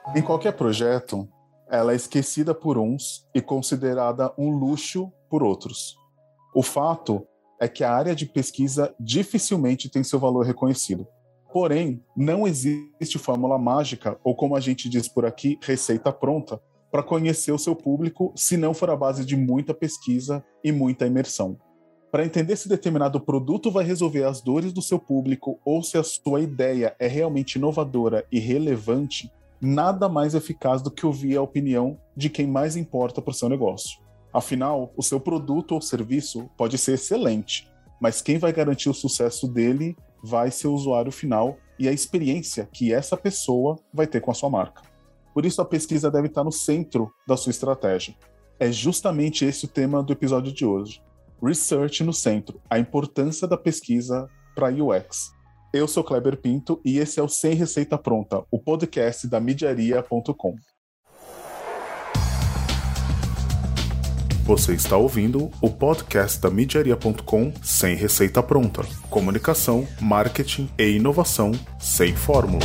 Em qualquer projeto, ela é esquecida por uns e considerada um luxo por outros. O fato é que a área de pesquisa dificilmente tem seu valor reconhecido. Porém, não existe fórmula mágica, ou como a gente diz por aqui, receita pronta, para conhecer o seu público, se não for à base de muita pesquisa e muita imersão. Para entender se determinado produto vai resolver as dores do seu público ou se a sua ideia é realmente inovadora e relevante, nada mais eficaz do que ouvir a opinião de quem mais importa para o seu negócio. Afinal, o seu produto ou serviço pode ser excelente, mas quem vai garantir o sucesso dele vai ser o usuário final e a experiência que essa pessoa vai ter com a sua marca. Por isso, a pesquisa deve estar no centro da sua estratégia. É justamente esse o tema do episódio de hoje. Research no centro, a importância da pesquisa para UX. Eu sou Kleber Pinto e esse é o Sem Receita Pronta, o podcast da Midiaria.com. Você está ouvindo o podcast da Midiaria.com Sem Receita Pronta. Comunicação, marketing e inovação sem fórmula.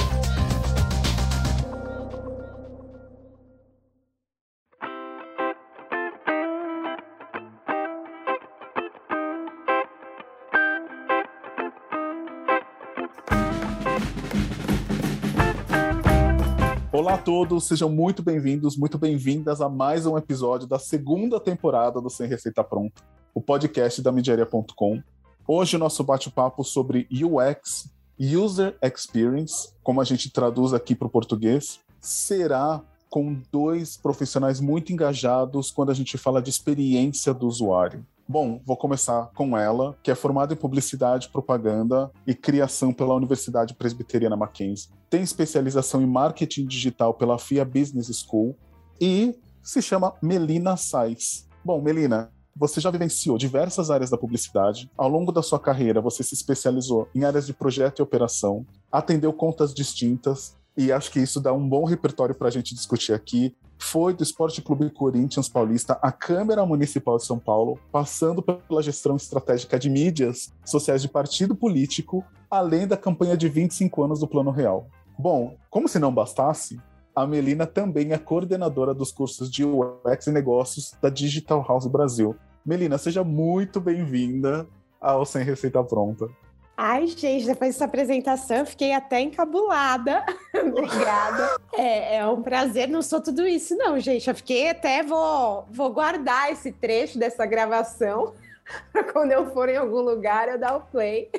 Olá a todos, sejam muito bem-vindos, muito bem-vindas a mais um episódio da segunda temporada do Sem Receita Pronta, o podcast da Midiaria.com. Hoje o nosso bate-papo sobre UX, User Experience, como a gente traduz aqui para o português, será com dois profissionais muito engajados quando a gente fala de experiência do usuário. Bom, vou começar com ela, que é formada em Publicidade, Propaganda e Criação pela Universidade Presbiteriana Mackenzie. Tem especialização em Marketing Digital pela FIA Business School e se chama Melina Sais. Bom, Melina, você já vivenciou diversas áreas da publicidade. Ao longo da sua carreira, você se especializou em áreas de projeto e operação, atendeu contas distintas, e acho que isso dá um bom repertório para a gente discutir aqui. Foi do Esporte Clube Corinthians Paulista à Câmara Municipal de São Paulo, passando pela gestão estratégica de mídias sociais de partido político, além da campanha de 25 anos do Plano Real. Bom, como se não bastasse, a Melina também é coordenadora dos cursos de UX e Negócios da Digital House Brasil. Melina, seja muito bem-vinda ao Sem Receita Pronta. Ai, gente, depois dessa apresentação eu fiquei até encabulada. Obrigada. É um prazer, não sou tudo isso não, gente. Eu fiquei até, vou guardar esse trecho dessa gravação para quando eu for em algum lugar eu dar o play.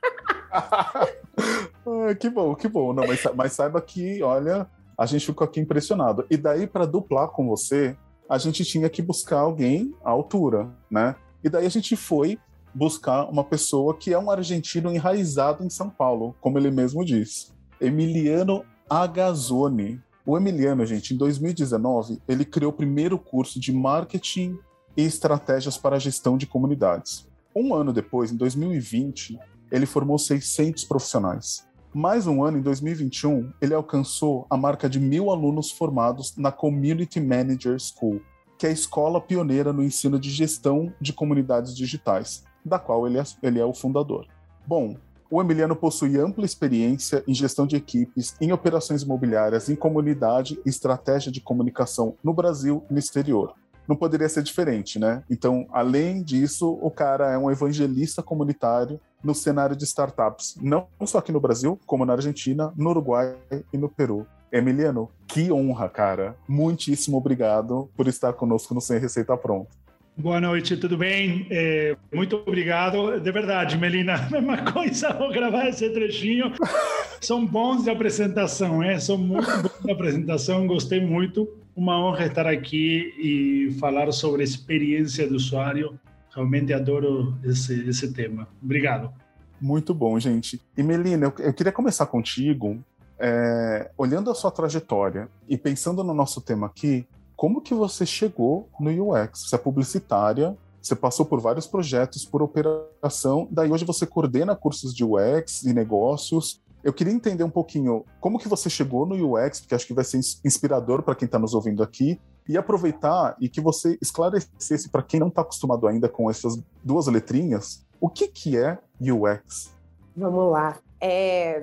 Que bom. Não, mas saiba que, olha, a gente ficou aqui impressionado. E daí, para duplar com você, a gente tinha que buscar alguém à altura, né? E daí a gente foi buscar uma pessoa que é um argentino enraizado em São Paulo, como ele mesmo diz, Emiliano Agazzoni. O Emiliano, gente, em 2019, ele criou o primeiro curso de Marketing e Estratégias para a Gestão de Comunidades. Um ano depois, em 2020, ele formou 600 profissionais. Mais um ano, em 2021, ele alcançou a marca de 1.000 alunos formados na Community Manager School, que é a escola pioneira no ensino de gestão de comunidades digitais, da qual ele é o fundador. Bom, o Emiliano possui ampla experiência em gestão de equipes, em operações imobiliárias, em comunidade e estratégia de comunicação no Brasil e no exterior. Não poderia ser diferente, né? Então, além disso, o cara é um evangelista comunitário no cenário de startups, não só aqui no Brasil, como na Argentina, no Uruguai e no Peru. Emiliano, que honra, cara. Muitíssimo obrigado por estar conosco no Sem Receita Pronta. Boa noite, tudo bem? Muito obrigado. De verdade, Melina, a mesma coisa, vou gravar esse trechinho. São bons de apresentação, são muito bons de apresentação, gostei muito. Uma honra estar aqui e falar sobre a experiência do usuário. Realmente adoro esse tema. Obrigado. Muito bom, gente. E Melina, eu queria começar contigo, olhando a sua trajetória e pensando no nosso tema aqui, como que você chegou no UX? Você é publicitária, você passou por vários projetos, por operação, daí hoje você coordena cursos de UX e negócios. Eu queria entender um pouquinho como que você chegou no UX, porque acho que vai ser inspirador para quem está nos ouvindo aqui, e aproveitar e que você esclarecesse para quem não está acostumado ainda com essas duas letrinhas, o que é UX? Vamos lá.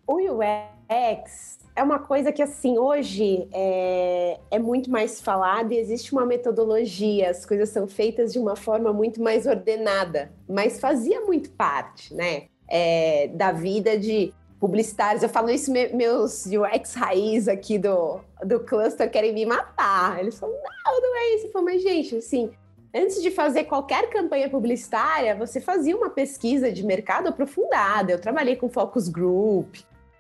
O UX é uma coisa que, assim, hoje é muito mais falada e existe uma metodologia, as coisas são feitas de uma forma muito mais ordenada, mas fazia muito parte, né, da vida de publicitários. Eu falo isso, meus UX raiz aqui do cluster querem me matar. Eles falam, não é isso. Eu falo, mas, gente, assim, antes de fazer qualquer campanha publicitária, você fazia uma pesquisa de mercado aprofundada. Eu trabalhei com focus group.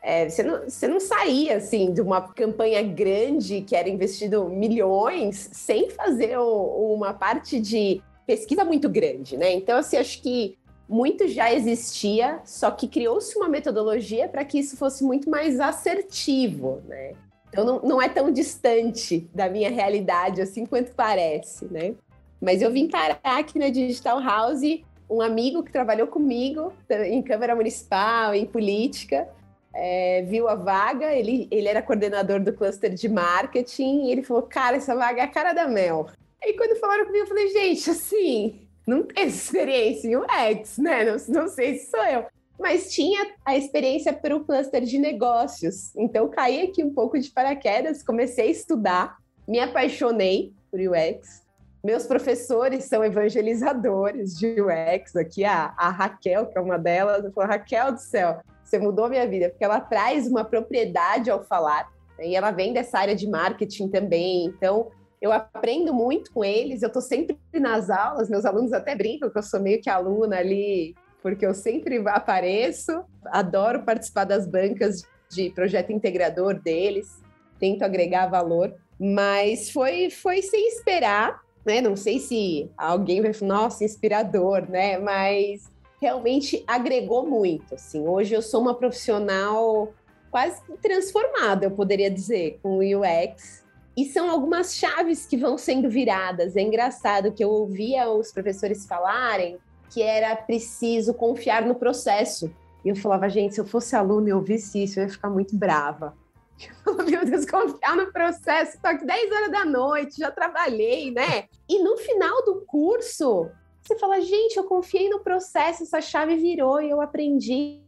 Você não saía, assim, de uma campanha grande que era investido milhões sem fazer uma parte de pesquisa muito grande, né? Então, assim, acho que muito já existia, só que criou-se uma metodologia para que isso fosse muito mais assertivo, né? Então, não é tão distante da minha realidade, assim, quanto parece, né? Mas eu vim parar aqui na Digital House, um amigo que trabalhou comigo em Câmara Municipal, em política, viu a vaga, ele era coordenador do cluster de marketing, e ele falou, cara, essa vaga é a cara da Mel. Aí quando falaram comigo, eu falei, gente, assim, não tenho experiência em UX, né? Não sei se sou eu. Mas tinha a experiência para o cluster de negócios. Então, caí aqui um pouco de paraquedas, comecei a estudar, me apaixonei por UX. Meus professores são evangelizadores de UX. Aqui a Raquel, que é uma delas, eu falo, Raquel do céu, você mudou a minha vida, porque ela traz uma propriedade ao falar, né? E ela vem dessa área de marketing também. Então, eu aprendo muito com eles, eu estou sempre nas aulas, meus alunos até brincam que eu sou meio que aluna ali, porque eu sempre apareço, adoro participar das bancas de projeto integrador deles, tento agregar valor, mas foi sem esperar, né? Não sei se alguém vai falar, nossa, inspirador, né? Mas realmente agregou muito, assim. Hoje eu sou uma profissional quase transformada, eu poderia dizer, com o UX. E são algumas chaves que vão sendo viradas. É engraçado que eu ouvia os professores falarem que era preciso confiar no processo. E eu falava, gente, se eu fosse aluna e ouvisse isso, eu ia ficar muito brava. Eu falava, meu Deus, confiar no processo. Estou aqui 10 horas da noite, já trabalhei, né? E no final do curso, você fala, gente, eu confiei no processo, essa chave virou e eu aprendi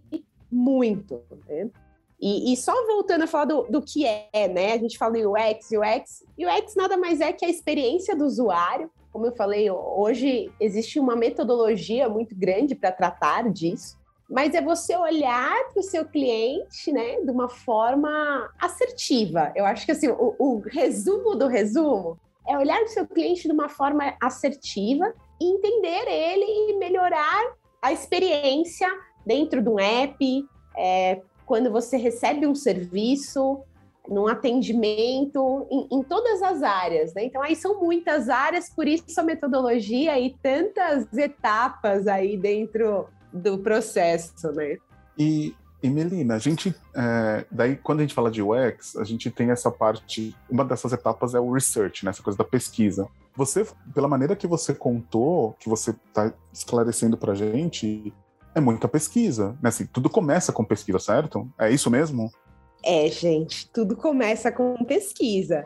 muito, né? E só voltando a falar do que né? A gente fala UX nada mais é que a experiência do usuário. Como eu falei, hoje existe uma metodologia muito grande para tratar disso, mas é você olhar para o seu cliente, né, de uma forma assertiva. Eu acho que assim, o resumo do resumo é olhar para o seu cliente de uma forma assertiva e entender ele e melhorar a experiência dentro de um app, quando você recebe um serviço, num atendimento, em todas as áreas, né? Então, aí são muitas áreas, por isso a metodologia e tantas etapas aí dentro do processo, né? E Melina, a gente, daí quando a gente fala de UX, a gente tem essa parte, uma dessas etapas é o research, né? Essa coisa da pesquisa. Você, pela maneira que você contou, que você está esclarecendo pra gente, é muita pesquisa, né? Assim, tudo começa com pesquisa, certo? É isso mesmo? Gente, tudo começa com pesquisa.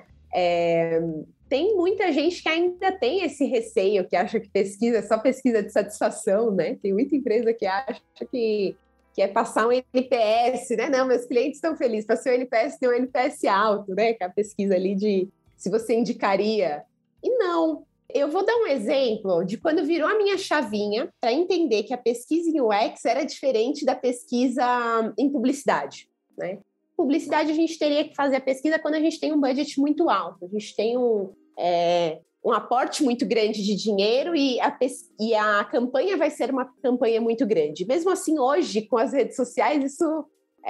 Tem muita gente que ainda tem esse receio, que acha que pesquisa é só pesquisa de satisfação, né? Tem muita empresa que acha que é passar um NPS, né? Não, meus clientes estão felizes. Para ser um NPS, tem um NPS alto, né? Que é a pesquisa ali de se você indicaria. E não. Eu vou dar um exemplo de quando virou a minha chavinha para entender que a pesquisa em UX era diferente da pesquisa em publicidade, né? Publicidade, a gente teria que fazer a pesquisa quando a gente tem um budget muito alto, a gente tem um aporte muito grande de dinheiro e a campanha vai ser uma campanha muito grande. Mesmo assim, hoje, com as redes sociais, isso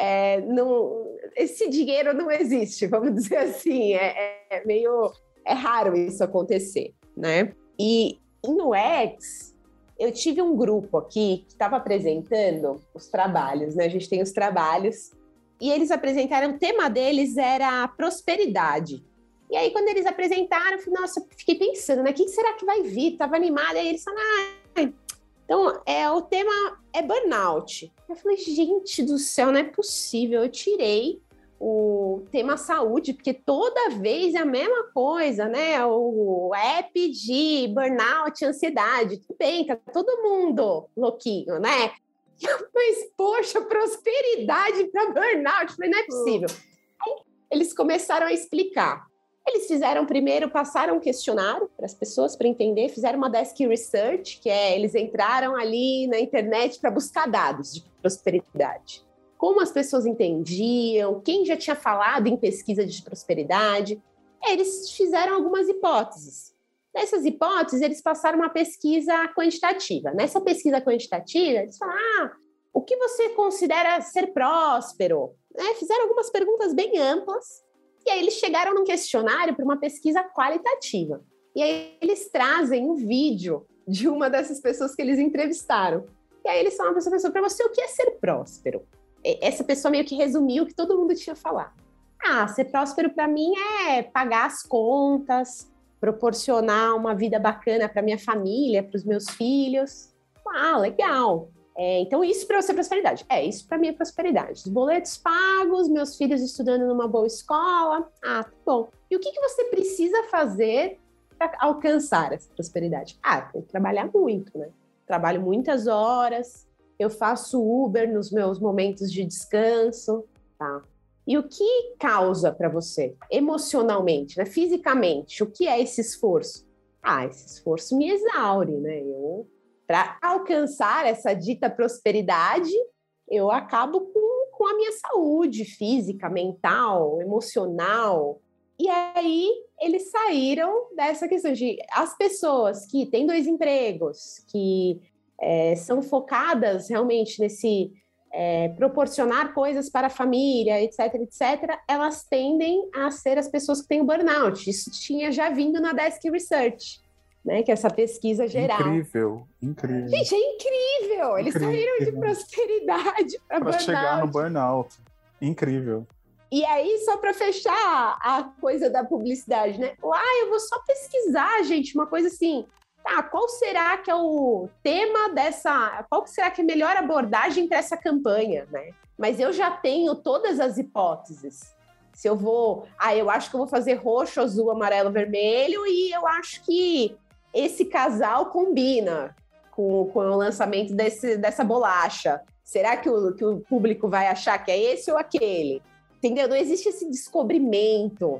esse dinheiro não existe, vamos dizer assim, é raro isso acontecer, né? E em UX, eu tive um grupo aqui que estava apresentando os trabalhos, né? A gente tem os trabalhos, e eles apresentaram, o tema deles era prosperidade. E aí, quando eles apresentaram, eu falei, nossa, eu fiquei pensando, né? O que será que vai vir? Estava animada, e eles falaram, então, o tema é burnout. Eu falei, gente do céu, não é possível. Eu tirei o tema saúde, porque toda vez é a mesma coisa, né? O app de burnout, ansiedade. Tudo bem, tá todo mundo louquinho, né? Mas, poxa, prosperidade para burnout. Eu falei, não é possível. Aí, eles começaram a explicar. Eles fizeram primeiro, passaram um questionário para as pessoas para entender, fizeram uma desk research, que é, eles entraram ali na internet para buscar dados de prosperidade. Como as pessoas entendiam, quem já tinha falado em pesquisa de prosperidade. Eles fizeram algumas hipóteses. Nessas hipóteses, eles passaram uma pesquisa quantitativa. Nessa pesquisa quantitativa, eles falaram, o que você considera ser próspero? Fizeram algumas perguntas bem amplas, e aí eles chegaram num questionário para uma pesquisa qualitativa. E aí eles trazem um vídeo de uma dessas pessoas que eles entrevistaram. E aí eles falam para essa pessoa, para você, o que é ser próspero? Essa pessoa meio que resumiu o que todo mundo tinha falado. Ser próspero para mim é pagar as contas, proporcionar uma vida bacana para minha família, para os meus filhos. Legal. Então, isso para você é prosperidade. Isso para mim é prosperidade. Os boletos pagos, meus filhos estudando numa boa escola. Tá bom. E o que você precisa fazer para alcançar essa prosperidade? Tem que trabalhar muito, né? Trabalho muitas horas, eu faço Uber nos meus momentos de descanso, tá? E o que causa para você, emocionalmente, né? Fisicamente, o que é esse esforço? Esse esforço me exaure, né? Para alcançar essa dita prosperidade, eu acabo com a minha saúde física, mental, emocional. E aí, eles saíram dessa questão de as pessoas que têm 2 empregos, que são focadas realmente nesse proporcionar coisas para a família, etc., elas tendem a ser as pessoas que têm o burnout. Isso tinha já vindo na Desk Research, né? Que é essa pesquisa geral. Incrível. Gente, é incrível! Eles saíram de prosperidade para burnout. Chegar no burnout. Incrível. E aí, só para fechar a coisa da publicidade, né? Eu vou só pesquisar, gente, uma coisa assim... qual será que é o tema dessa... Qual será que é a melhor abordagem para essa campanha, né? Mas eu já tenho todas as hipóteses. Se eu vou... eu acho que eu vou fazer roxo, azul, amarelo, vermelho, e eu acho que esse casal combina com o lançamento dessa bolacha. Será que o público vai achar que é esse ou aquele? Entendeu? Não existe esse descobrimento.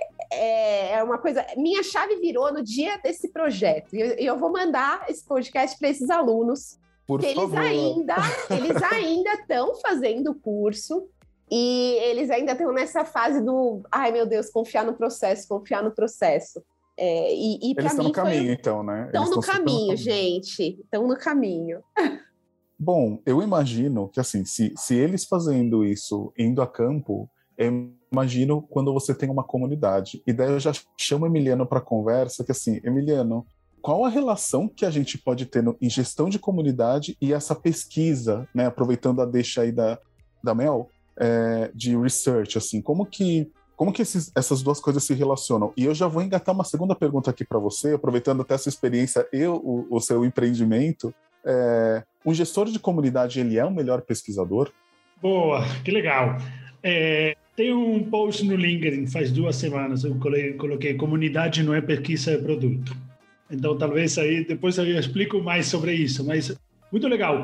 É uma coisa... Minha chave virou no dia desse projeto. E eu vou mandar esse podcast para esses alunos. Por favor. Eles ainda estão fazendo o curso e eles ainda estão nessa fase do... meu Deus, confiar no processo. Eles estão no caminho, então, né? Estão no caminho, gente. Estão no caminho. Bom, eu imagino que, assim, se eles fazendo isso, indo a campo, eu imagino quando você tem uma comunidade. E daí eu já chamo o Emiliano para conversa, que assim, Emiliano, qual a relação que a gente pode ter em gestão de comunidade e essa pesquisa, né, aproveitando a deixa aí da Mel, de research, assim, como que essas duas coisas se relacionam? E eu já vou engatar uma segunda pergunta aqui para você, aproveitando até essa experiência e o seu empreendimento. Um gestor de comunidade, ele é o melhor pesquisador? Boa, que legal. Tem um post no LinkedIn, faz 2 semanas, eu coloquei comunidade não é pesquisa de produto. Então, talvez aí, depois eu explico mais sobre isso, mas muito legal.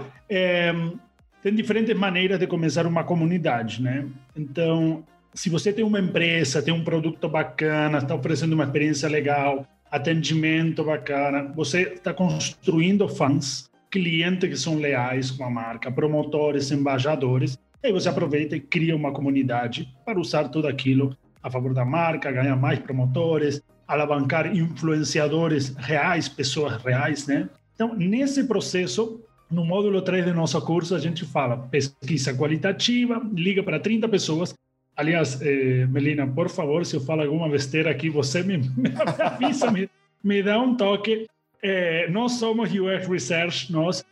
Tem diferentes maneiras de começar uma comunidade, né? Então, se você tem uma empresa, tem um produto bacana, está oferecendo uma experiência legal, atendimento bacana, você está construindo fãs, clientes que são leais com a marca, promotores, embaixadores, aí você aproveita e cria uma comunidade para usar tudo aquilo a favor da marca, ganhar mais promotores, alavancar influenciadores reais, pessoas reais, né? Então, nesse processo, no módulo 3 do nosso curso, a gente fala pesquisa qualitativa, liga para 30 pessoas. Aliás, Melina, por favor, se eu falo alguma besteira aqui, você me avisa, me dá um toque. Nós somos UX Research,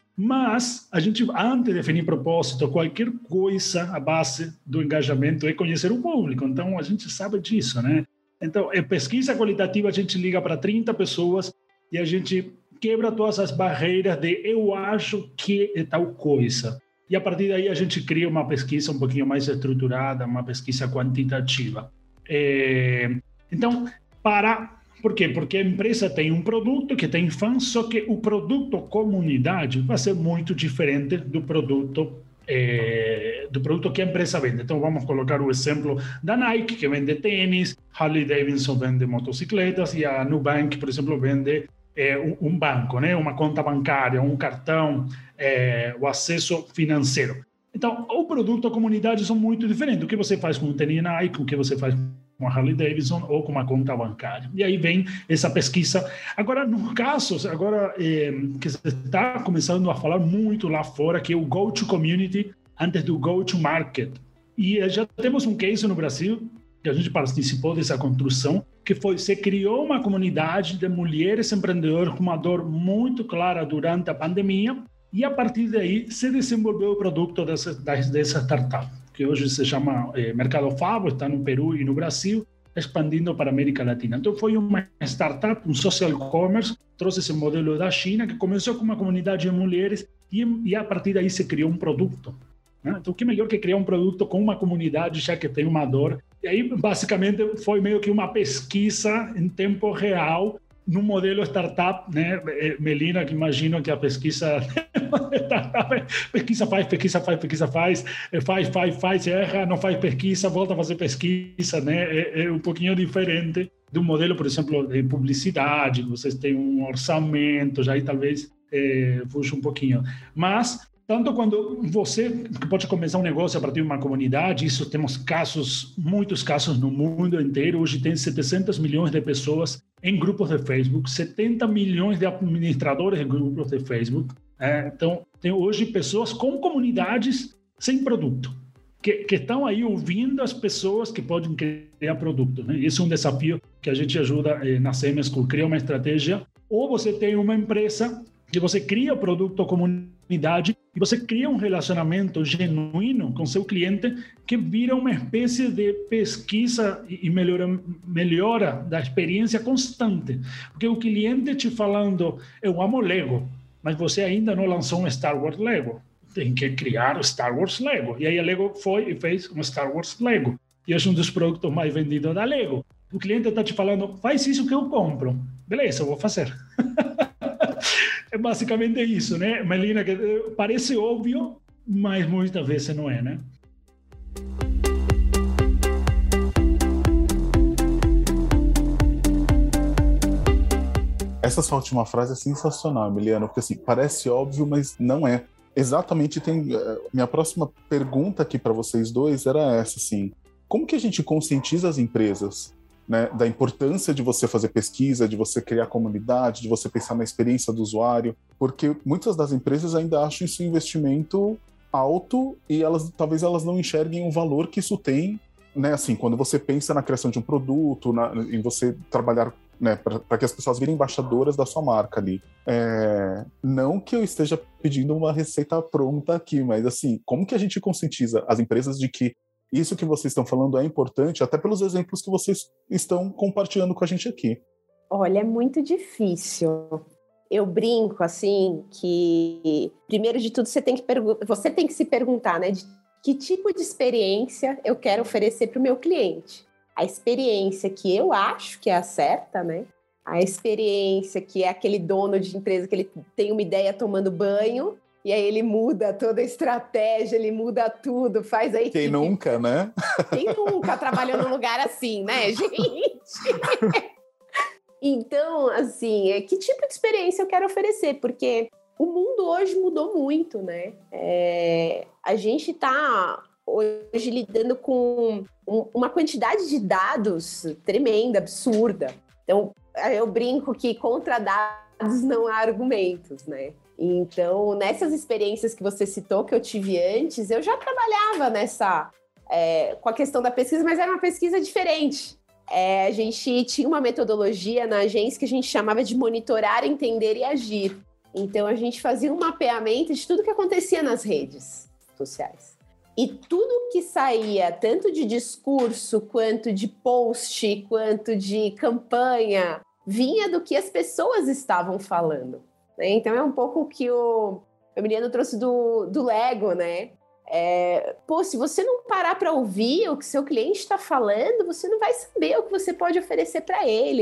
mas a gente, antes de definir propósito, qualquer coisa, a base do engajamento é conhecer o público. Então, a gente sabe disso, né? Então, pesquisa qualitativa, a gente liga para 30 pessoas e a gente quebra todas as barreiras de eu acho que é tal coisa. E a partir daí a gente cria uma pesquisa um pouquinho mais estruturada, uma pesquisa quantitativa. Então, para Por quê? Porque a empresa tem um produto que tem fãs, só que o produto comunidade vai ser muito diferente do produto que a empresa vende. Então, vamos colocar o exemplo da Nike, que vende tênis, Harley Davidson vende motocicletas e a Nubank, por exemplo, vende um banco, né? Uma conta bancária, um cartão, o acesso financeiro. Então, o produto e a comunidade são muito diferentes. O que você faz com o tênis Nike, o que você faz com a Harley Davidson ou com uma conta bancária. E aí vem essa pesquisa. Agora, no caso, que você está começando a falar muito lá fora, que é o go-to-community antes do go-to-market. E já temos um case no Brasil, que a gente participou dessa construção, que foi, você criou uma comunidade de mulheres empreendedoras com uma dor muito clara durante a pandemia, e a partir daí se desenvolveu o produto dessa startup, que hoje se chama Mercado Favo, está no Peru e no Brasil, expandindo para a América Latina. Então foi uma startup, um social commerce, trouxe esse modelo da China, que começou com uma comunidade de mulheres e a partir daí se criou um produto. Né? Então, o que melhor que criar um produto com uma comunidade, já que tem uma dor? E aí, basicamente, foi meio que uma pesquisa em tempo real, no modelo startup, né, Melina, que imagino que a pesquisa faz, erra, não faz pesquisa, volta a fazer pesquisa, né, é um pouquinho diferente do modelo, por exemplo, de publicidade, vocês têm um orçamento, já aí talvez fuja um pouquinho, mas tanto quando você pode começar um negócio a partir de uma comunidade, isso temos muitos casos no mundo inteiro. Hoje tem 700 milhões de pessoas em grupos de Facebook, 70 milhões de administradores em grupos de Facebook. Então, tem hoje pessoas com comunidades sem produto, que estão aí ouvindo as pessoas que podem criar produto. Né? Esse é um desafio que a gente ajuda na CM School, criar uma estratégia. Ou você tem uma empresa que você cria o produto ou comunidade e você cria um relacionamento genuíno com seu cliente que vira uma espécie de pesquisa e melhora da experiência constante. Porque o cliente te falando, eu amo Lego, mas você ainda não lançou um Star Wars Lego. Tem que criar o Star Wars Lego. E aí a Lego foi e fez um Star Wars Lego. E é um dos produtos mais vendidos da Lego. O cliente está te falando, faz isso que eu compro. Beleza, eu vou fazer. É basicamente isso, né, Melina? Que parece óbvio, mas muitas vezes não é, né? Essa sua última frase é sensacional, Emiliano, porque assim, parece óbvio, mas não é. Exatamente, minha próxima pergunta aqui para vocês dois era essa, assim, como que a gente conscientiza as empresas, né, da importância de você fazer pesquisa, de você criar comunidade, de você pensar na experiência do usuário, porque muitas das empresas ainda acham isso um investimento alto e talvez elas não enxerguem o valor que isso tem, né, assim, quando você pensa na criação de um produto, em você trabalhar, né, para que as pessoas virem embaixadoras da sua marca ali. Não que eu esteja pedindo uma receita pronta aqui, mas assim, como que a gente conscientiza as empresas de que isso que vocês estão falando é importante, até pelos exemplos que vocês estão compartilhando com a gente aqui? Olha, é muito difícil. Eu brinco, assim, que, primeiro de tudo, você tem que se perguntar, né, de que tipo de experiência eu quero oferecer para o meu cliente. A experiência que eu acho que é a certa, né? A experiência que é aquele dono de empresa que ele tem uma ideia tomando banho, e aí ele muda toda a estratégia, ele muda tudo, faz aí... Quem nunca, né? Quem nunca trabalhou num lugar assim, né, gente? Então, assim, que tipo de experiência eu quero oferecer? Porque o mundo hoje mudou muito, né? A gente está hoje lidando com uma quantidade de dados tremenda, absurda. Então, eu brinco que contra dados não há argumentos, né? Então, nessas experiências que você citou, que eu tive antes, eu já trabalhava com a questão da pesquisa, mas era uma pesquisa diferente. A gente tinha uma metodologia na agência que a gente chamava de monitorar, entender e agir. Então, a gente fazia um mapeamento de tudo que acontecia nas redes sociais. E tudo que saía, tanto de discurso, quanto de post, quanto de campanha, vinha do que as pessoas estavam falando. Né? Então, é um pouco o que o Emiliano trouxe do Lego, né? Se você não parar para ouvir o que seu cliente está falando, você não vai saber o que você pode oferecer para ele.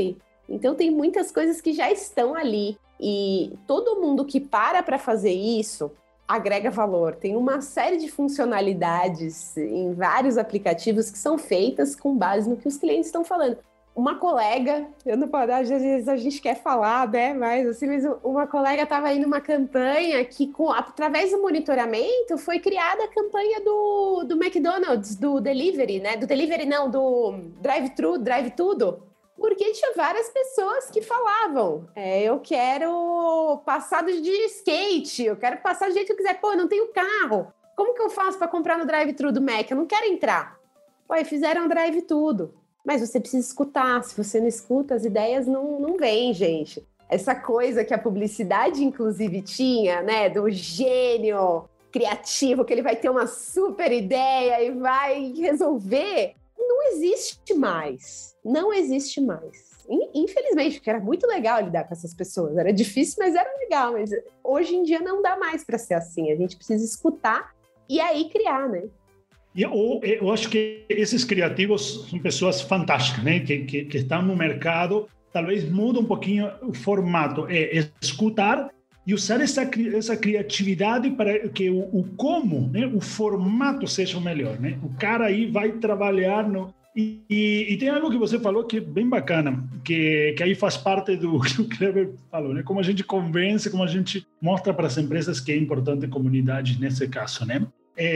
Então tem muitas coisas que já estão ali e todo mundo que para fazer isso agrega valor. Tem uma série de funcionalidades em vários aplicativos que são feitas com base no que os clientes estão falando. Uma colega, eu não posso, às vezes a gente quer falar, né? Mas uma colega estava aí numa campanha que, através do monitoramento, foi criada a campanha do McDonald's, do delivery, né? Do delivery não, do drive-thru, drive-tudo. Porque tinha várias pessoas que falavam, eu quero passar de skate, eu quero passar do jeito que eu quiser. Pô, eu não tenho carro. Como que eu faço para comprar no drive-thru do Mac? Eu não quero entrar. Pô, e fizeram drive-tudo. Mas você precisa escutar. Se você não escuta, as ideias não vêm, gente. Essa coisa que a publicidade, inclusive, tinha, né? Do gênio criativo, que ele vai ter uma super ideia e vai resolver. Não existe mais. Não existe mais. Infelizmente, porque era muito legal lidar com essas pessoas. Era difícil, mas era legal. Mas hoje em dia não dá mais para ser assim. A gente precisa escutar e aí criar, né? Eu acho que esses criativos são pessoas fantásticas, né? Que estão no mercado, talvez muda um pouquinho o formato, escutar e usar essa criatividade para que o como, né? O formato seja o melhor, né? O cara aí vai trabalhar E tem algo que você falou que é bem bacana, que aí faz parte do que o Kleber falou, né? Como a gente convence, como a gente mostra para as empresas que é importante a comunidade nesse caso, né?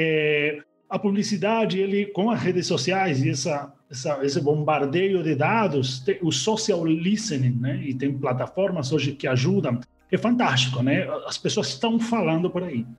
A publicidade, ele, com as redes sociais e esse bombardeio de dados, o social listening, né? E tem plataformas hoje que ajudam, é fantástico, né? As pessoas estão falando por aí.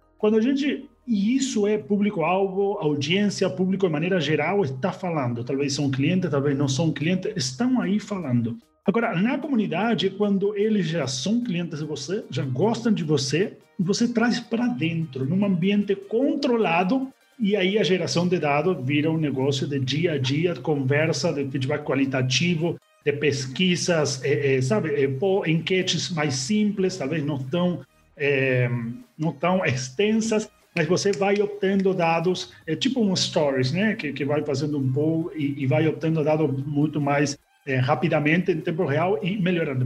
E isso é público-alvo, audiência, público de maneira geral está falando. Talvez são clientes, talvez não são clientes, estão aí falando. Agora, na comunidade, quando eles já são clientes de você, já gostam de você, você traz para dentro, num ambiente controlado, e aí a geração de dados vira um negócio de dia a dia, de conversa, de feedback qualitativo, de pesquisas, enquetes mais simples, talvez não tão extensas, mas você vai obtendo dados, tipo um stories, né? Que vai fazendo um poll e vai obtendo dados muito mais rapidamente, em tempo real, e melhorando.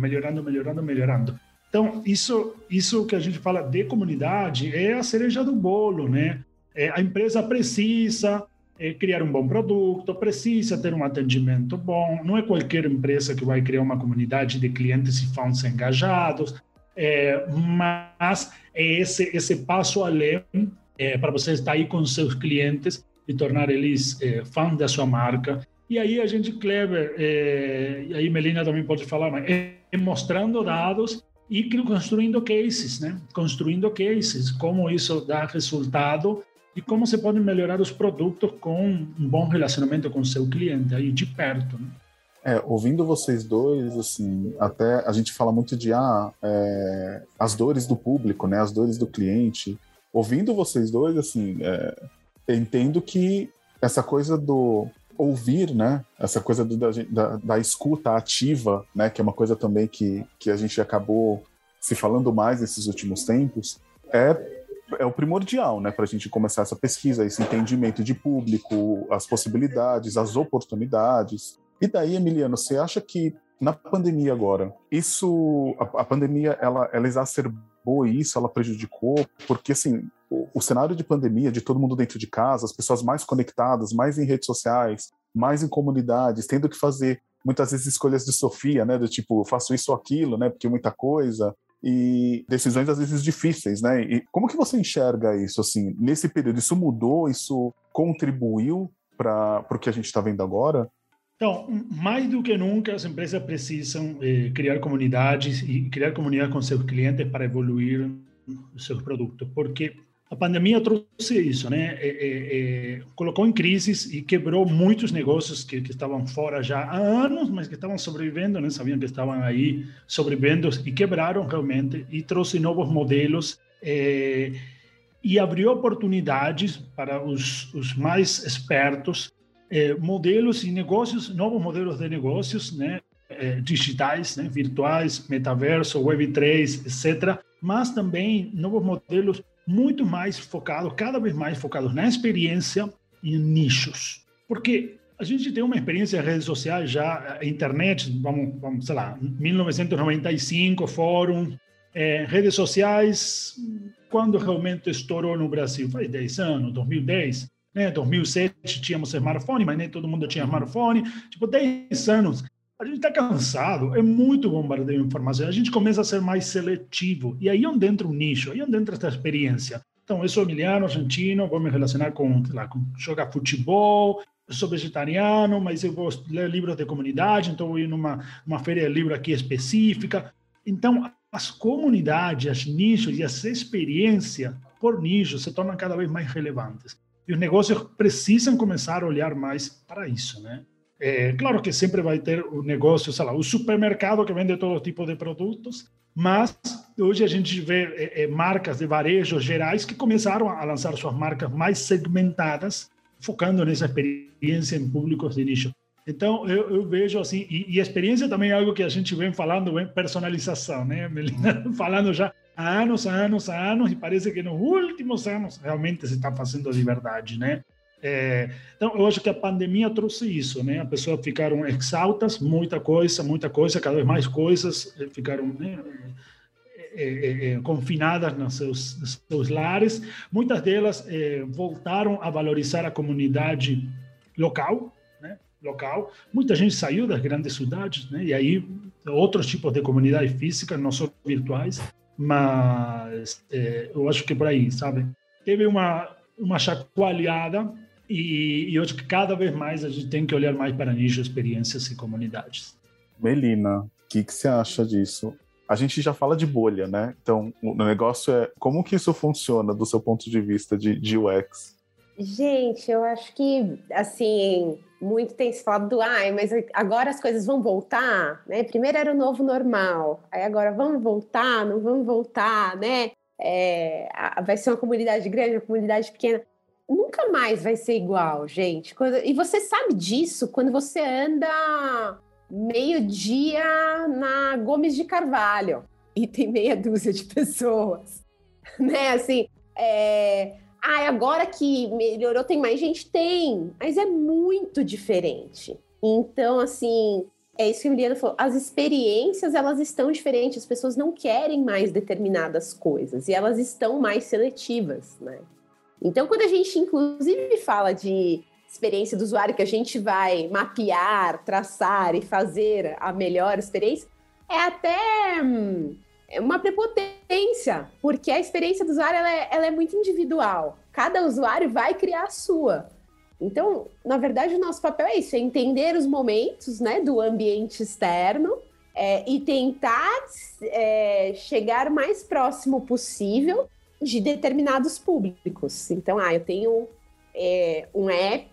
Então, isso que a gente fala de comunidade é a cereja do bolo, né? A empresa precisa criar um bom produto, precisa ter um atendimento bom. Não é qualquer empresa que vai criar uma comunidade de clientes e fãs engajados, mas é esse passo além para você estar aí com seus clientes e tornar eles fãs da sua marca. E aí a gente, Kleber, e aí Melina também pode falar, mas mostrando dados e construindo cases, né? Construindo cases, como isso dá resultado e como você pode melhorar os produtos com um bom relacionamento com o seu cliente, aí de perto, né? Ouvindo vocês dois, assim, até a gente fala muito de as dores do público, né? As dores do cliente. Ouvindo vocês dois, assim, eu entendo que essa coisa do ouvir, né? Essa coisa da escuta ativa, né? Que é uma coisa também que a gente acabou se falando mais nesses últimos tempos, é o primordial, né? Para a gente começar essa pesquisa, esse entendimento de público, as possibilidades, as oportunidades. E daí, Emiliano, você acha que na pandemia agora, a pandemia, ela exacerbou isso, ela prejudicou? Porque, assim, o cenário de pandemia, de todo mundo dentro de casa, as pessoas mais conectadas, mais em redes sociais, mais em comunidades, tendo que fazer, muitas vezes, escolhas de Sofia, né? Do tipo, faço isso ou aquilo, né? Porque muita coisa. E decisões, às vezes, difíceis, né? E como que você enxerga isso, assim, nesse período? Isso mudou? Isso contribuiu para o que a gente está vendo agora? Então, mais do que nunca, as empresas precisam criar comunidades e criar comunidade com seus clientes para evoluir os seus produtos, porque a pandemia trouxe isso, né? Colocou em crise e quebrou muitos negócios que estavam fora já há anos, mas que estavam sobrevivendo, né? Sabiam que estavam aí sobrevivendo e quebraram realmente, e trouxe novos modelos e abriu oportunidades para os mais espertos, modelos e negócios, novos modelos de negócios, né? Digitais, né? Virtuais, metaverso, Web3, etc., mas também novos modelos muito mais focados, cada vez mais focados na experiência e em nichos. Porque A gente tem uma experiência em redes sociais já, internet, vamos sei lá, 1995, fórum, redes sociais, quando realmente estourou no Brasil? Faz 10 anos, 2010, né? 2007 tínhamos smartphone, mas nem todo mundo tinha smartphone. Tipo, 10 anos. A gente está cansado, é muito bombardeio de informação. A gente começa a ser mais seletivo. E aí onde entra o nicho, aí onde entra essa experiência. Então, eu sou emiliano, argentino, vou me relacionar com jogar futebol, eu sou vegetariano, mas eu vou ler livros de comunidade, então eu vou ir numa feira de livro aqui específica. Então, as comunidades, os nichos e as experiências por nicho se tornam cada vez mais relevantes. E os negócios precisam começar a olhar mais para isso, né? Claro que sempre vai ter o negócio, sei lá, o supermercado que vende todo tipo de produtos, mas hoje a gente vê marcas de varejo gerais que começaram a lançar suas marcas mais segmentadas, focando nessa experiência em públicos de nicho. Então, eu vejo assim, e a experiência também é algo que a gente vem falando, personalização, né, Melina? Falando já há anos, e parece que nos últimos anos realmente se está fazendo de verdade, né? Então, eu acho que a pandemia trouxe isso, né? As pessoas ficaram exaustas, muita coisa, cada vez mais coisas, ficaram confinadas nos seus lares. Muitas delas voltaram a valorizar a comunidade local, né? Muita gente saiu das grandes cidades, né? E aí outros tipos de comunidade física, não só virtuais, mas eu acho que por aí, sabe? Teve uma chacoalhada. E eu acho que cada vez mais a gente tem que olhar mais para nichos, experiências e comunidades. Melina, o que você acha disso? A gente já fala de bolha, né? Então, o negócio é como que isso funciona do seu ponto de vista de UX? Gente, eu acho que, assim, muito tem se falado mas agora as coisas vão voltar, né? Primeiro era o novo normal, aí agora vamos voltar, não vamos voltar, né? Vai ser uma comunidade grande, uma comunidade pequena. Nunca mais vai ser igual, gente. E você sabe disso quando você anda meio-dia na Gomes de Carvalho e tem meia dúzia de pessoas, né? Assim, agora que melhorou, tem mais gente? Tem, mas é muito diferente. Então, assim, é isso que a Emiliano falou, as experiências, elas estão diferentes, as pessoas não querem mais determinadas coisas e elas estão mais seletivas, né? Então, quando a gente, inclusive, fala de experiência do usuário, que a gente vai mapear, traçar e fazer a melhor experiência, é até uma prepotência, porque a experiência do usuário ela é muito individual. Cada usuário vai criar a sua. Então, na verdade, o nosso papel é isso, é entender os momentos, né, do ambiente externo e tentar chegar o mais próximo possível de determinados públicos. Então, eu tenho um app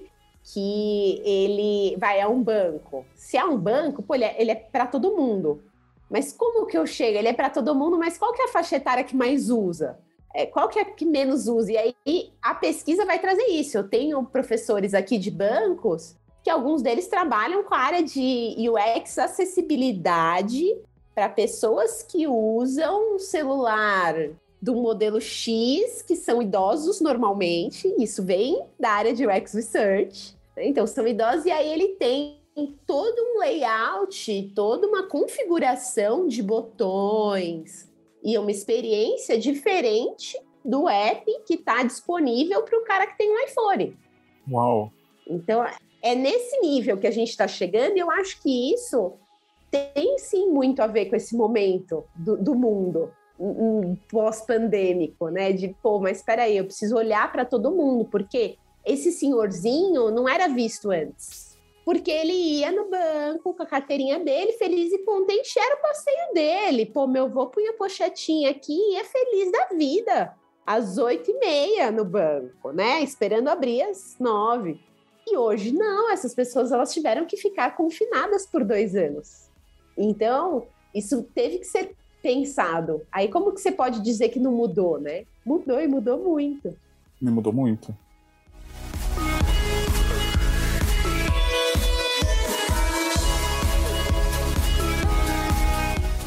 que ele vai a um banco. Se é um banco, ele é para todo mundo. Mas como que eu chego? Ele é para todo mundo, mas qual que é a faixa etária que mais usa? Qual que é a que menos usa? E aí a pesquisa vai trazer isso. Eu tenho professores aqui de bancos que alguns deles trabalham com a área de UX, acessibilidade para pessoas que usam um celular do modelo X, que são idosos normalmente, isso vem da área de UX Research, né? Então são idosos, e aí ele tem todo um layout, toda uma configuração de botões e uma experiência diferente do app que está disponível para o cara que tem um iPhone. Uau! Então é nesse nível que a gente está chegando, e eu acho que isso tem sim muito a ver com esse momento do mundo pós-pandêmico, né? Mas espera aí, eu preciso olhar para todo mundo, porque esse senhorzinho não era visto antes. Porque ele ia no banco com a carteirinha dele, feliz e contente, era o passeio dele. Meu avô punha pochetinha aqui e ia feliz da vida. Às 8h30 no banco, né? Esperando abrir às 9h. E hoje não, essas pessoas elas tiveram que ficar confinadas por 2 anos. Então, isso teve que ser pensado. Aí como que você pode dizer que não mudou, né? Mudou, e mudou muito. Me mudou muito.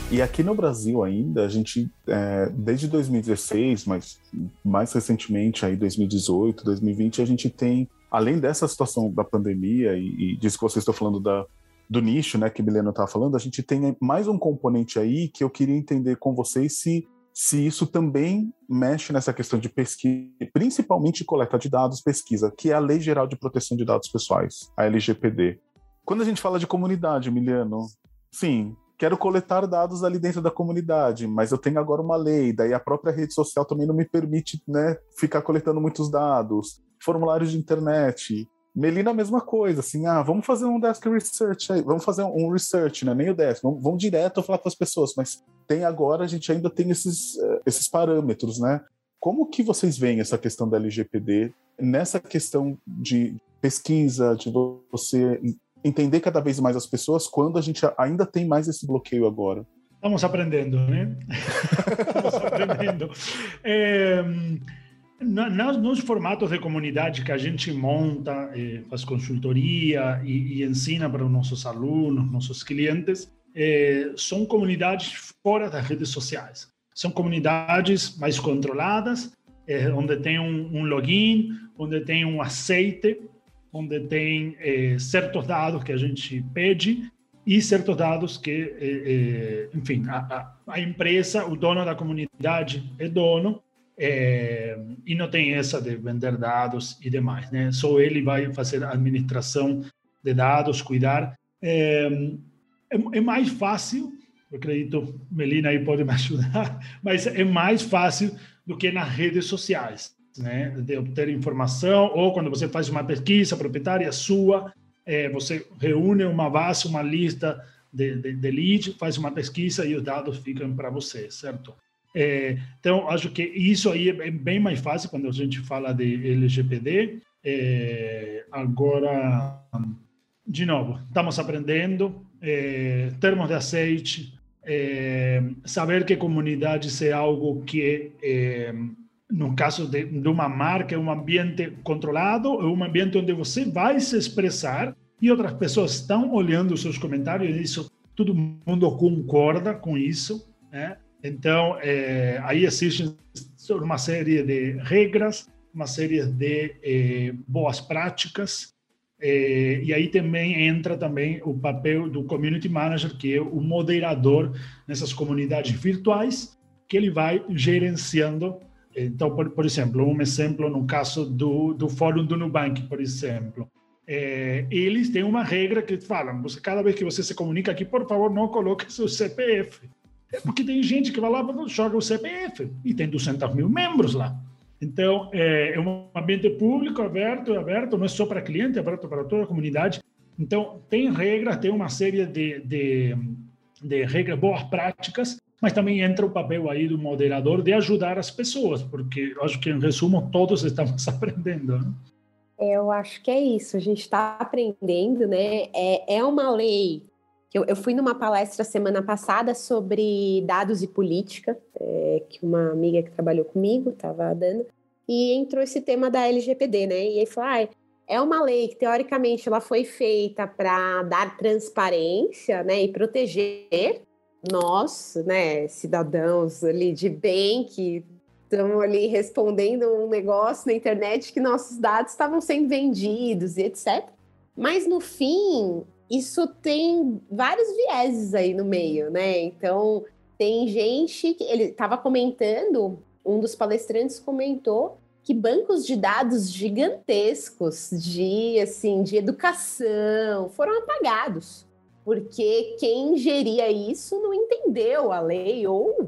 E aqui no Brasil ainda, a gente, desde 2016, mas mais recentemente, aí 2018, 2020, a gente tem, além dessa situação da pandemia e disso que vocês estão falando do nicho, né, que a Milena estava falando, a gente tem mais um componente aí que eu queria entender com vocês se isso também mexe nessa questão de pesquisa, principalmente coleta de dados, pesquisa, que é a Lei Geral de Proteção de Dados Pessoais, a LGPD. Quando a gente fala de comunidade, Emiliano, sim, quero coletar dados ali dentro da comunidade, mas eu tenho agora uma lei, daí a própria rede social também não me permite, né, ficar coletando muitos dados, formulários de internet. Melina, a mesma coisa, assim, vamos fazer um desk research aí, vamos fazer um research, né, nem o desk, vamos direto falar com as pessoas, mas a gente ainda tem esses parâmetros, né? Como que vocês veem essa questão da LGPD nessa questão de pesquisa, de você entender cada vez mais as pessoas, quando a gente ainda tem mais esse bloqueio agora? Estamos aprendendo, né? Estamos aprendendo. Nos formatos de comunidade que a gente monta, faz consultoria e ensina para os nossos alunos, nossos clientes, são comunidades fora das redes sociais. São comunidades mais controladas, onde tem um login, onde tem um aceite, onde tem certos dados que a gente pede e certos dados que, enfim, a empresa, o dono da comunidade é dono, e não tem essa de vender dados e demais, né? Só ele vai fazer a administração de dados, cuidar. É mais fácil, eu acredito, Melina aí pode me ajudar, mas é mais fácil do que nas redes sociais, né? De obter informação, ou quando você faz uma pesquisa proprietária sua, você reúne uma base, uma lista de leads, faz uma pesquisa e os dados ficam para você, certo? Então, acho que isso aí é bem mais fácil quando a gente fala de LGPD. Agora, de novo, estamos aprendendo, termos de aceite, saber que comunidade é algo que, no caso de uma marca, é um ambiente controlado, é um ambiente onde você vai se expressar e outras pessoas estão olhando os seus comentários e isso, todo mundo concorda com isso, né? Então, aí existe uma série de regras, uma série de boas práticas, e aí também entra também o papel do community manager, que é o moderador nessas comunidades virtuais, que ele vai gerenciando. Então, por exemplo, um exemplo no caso do Fórum do Nubank, por exemplo, eles têm uma regra que falam, cada vez que você se comunica aqui, por favor, não coloque seu CPF. Porque tem gente que vai lá e joga o CPF e tem 200 mil membros lá. Então, é um ambiente público aberto, não é só para cliente, é aberto para toda a comunidade. Então, tem regras, tem uma série de regras, boas práticas, mas também entra o papel aí do moderador de ajudar as pessoas, porque eu acho que, em resumo, todos estamos aprendendo, né? Eu acho que é isso, a gente está aprendendo, né? É uma lei. Eu fui numa palestra semana passada sobre dados e política, que uma amiga que trabalhou comigo estava dando, e entrou esse tema da LGPD, né? E aí falou, é uma lei que, teoricamente, ela foi feita para dar transparência, né, e proteger nós, né, cidadãos ali de bem, que estão ali respondendo um negócio na internet que nossos dados estavam sendo vendidos e etc. Mas, no fim, isso tem vários vieses aí no meio, né? Então, tem gente que... Ele estava comentando, um dos palestrantes comentou que bancos de dados gigantescos de educação foram apagados, porque quem geria isso não entendeu a lei ou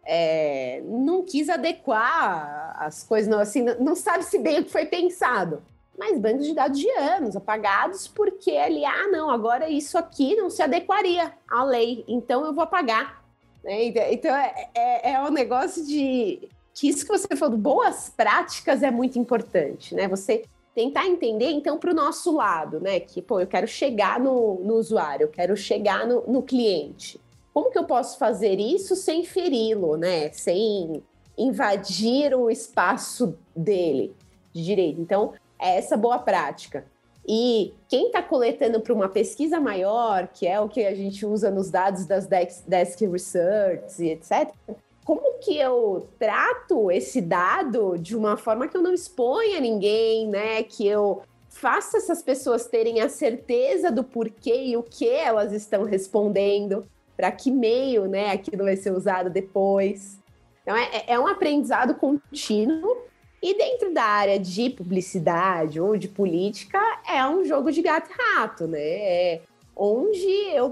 não quis adequar as coisas, não sabe se bem o que foi pensado. Mas bancos de dados de anos apagados porque ali, agora isso aqui não se adequaria à lei, então eu vou apagar. Né? Então é um negócio de que isso que você falou, boas práticas é muito importante, né? Você tentar entender, então, para o nosso lado, né? Que, eu quero chegar no usuário, eu quero chegar no cliente. Como que eu posso fazer isso sem feri-lo, né? Sem invadir o espaço dele de direito. Então, é essa boa prática. E quem está coletando para uma pesquisa maior, que é o que a gente usa nos dados das Desk Research e etc., como que eu trato esse dado de uma forma que eu não exponha ninguém, né? Que eu faça essas pessoas terem a certeza do porquê e o que elas estão respondendo, para que meio, né, aquilo vai ser usado depois. Então, é um aprendizado contínuo. E dentro da área de publicidade ou de política, é um jogo de gato e rato, né? Onde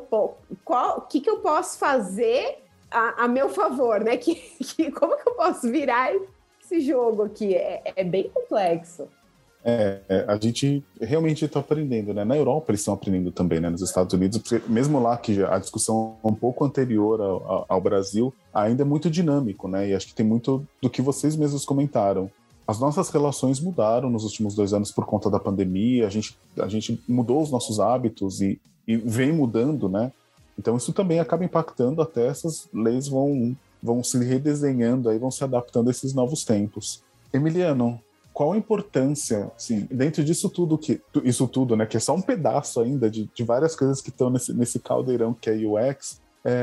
o que eu posso fazer a meu favor, né? Como que eu posso virar esse jogo aqui? É bem complexo. A gente realmente está aprendendo, né? Na Europa eles estão aprendendo também, né? Nos Estados Unidos, porque mesmo lá que a discussão um pouco anterior ao Brasil ainda é muito dinâmico, né? E acho que tem muito do que vocês mesmos comentaram. As nossas relações mudaram nos últimos 2 anos por conta da pandemia, a gente mudou os nossos hábitos e vem mudando, né? Então isso também acaba impactando, até essas leis vão se redesenhando, aí vão se adaptando a esses novos tempos. Emiliano, qual a importância, assim, dentro disso tudo, né, que é só um pedaço ainda de várias coisas que estão nesse caldeirão que é UX,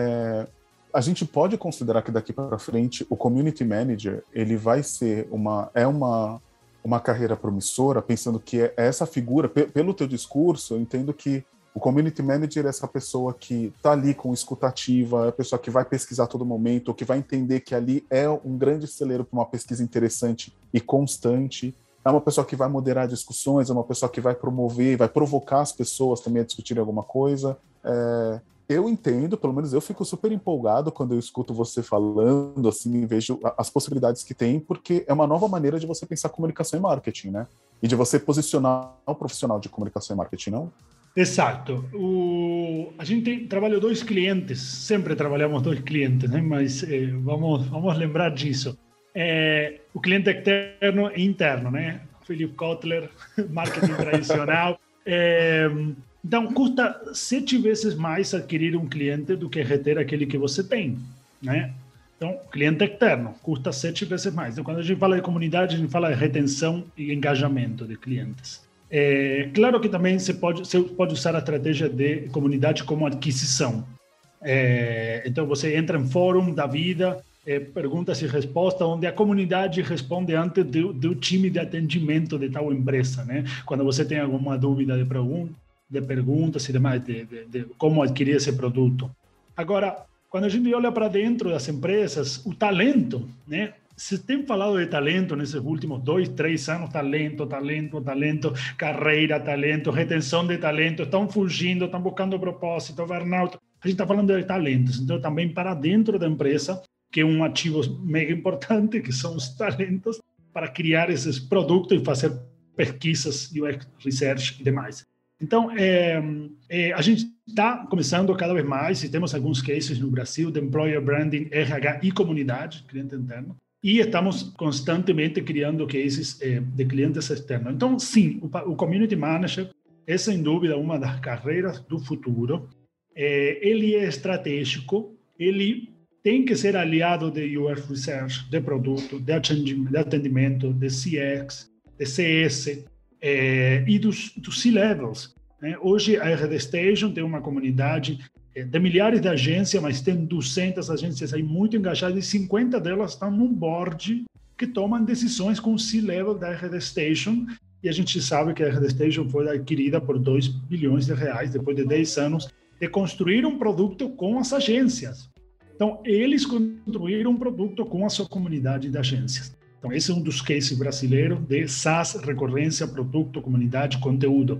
a gente pode considerar que daqui para frente o Community Manager ele vai ser uma carreira promissora, pensando que é essa figura, pelo teu discurso, eu entendo que o Community Manager é essa pessoa que está ali com escutativa, é a pessoa que vai pesquisar a todo momento, ou que vai entender que ali é um grande celeiro para uma pesquisa interessante e constante. É uma pessoa que vai moderar discussões, é uma pessoa que vai promover, vai provocar as pessoas também a discutirem alguma coisa. Eu entendo, pelo menos eu fico super empolgado quando eu escuto você falando, assim, e vejo as possibilidades que tem, porque é uma nova maneira de você pensar comunicação e marketing, né? E de você posicionar o profissional de comunicação e marketing, não? Exato. A gente trabalha 2 clientes, sempre trabalhamos 2 clientes, né? Mas vamos lembrar disso. O cliente externo e interno, né? Philip Kotler, marketing tradicional. Então, custa 7 vezes mais adquirir um cliente do que reter aquele que você tem, né? Então, cliente externo custa 7 vezes mais. Então, quando a gente fala de comunidade, a gente fala de retenção e engajamento de clientes. Claro que também você pode usar a estratégia de comunidade como aquisição. Então, você entra em fórum da vida, perguntas e respostas, onde a comunidade responde antes do time de atendimento de tal empresa, né? Quando você tem alguma dúvida de perguntas e demais, de como adquirir esse produto. Agora, quando a gente olha para dentro das empresas, o talento, né? Se tem falado de talento nesses últimos 2, 3 anos, talento, carreira, talento, retenção de talento, estão fugindo, estão buscando propósito, burnout. A gente está falando de talentos. Então, também para dentro da empresa, que é um ativo mega importante, que são os talentos, para criar esses produtos e fazer pesquisas, UX Research e demais. Então, a gente está começando cada vez mais, e temos alguns cases no Brasil de Employer Branding, RH e comunidade, cliente interno, e estamos constantemente criando cases de clientes externos. Então, sim, o Community Manager é, sem dúvida, uma das carreiras do futuro. Ele é estratégico, ele tem que ser aliado de UX Research, de produto, de atendimento, de CX, de CS, e dos C-Levels. Hoje, a RD Station tem uma comunidade de milhares de agências, mas tem 200 agências aí muito engajadas, e 50 delas estão num board que tomam decisões com o C-Level da RD Station, e a gente sabe que a RD Station foi adquirida por R$2 bilhões depois de 10 anos de construir um produto com as agências. Então, eles construíram um produto com a sua comunidade de agências. Então, esse é um dos cases brasileiros de SaaS, recorrência, produto, comunidade, conteúdo.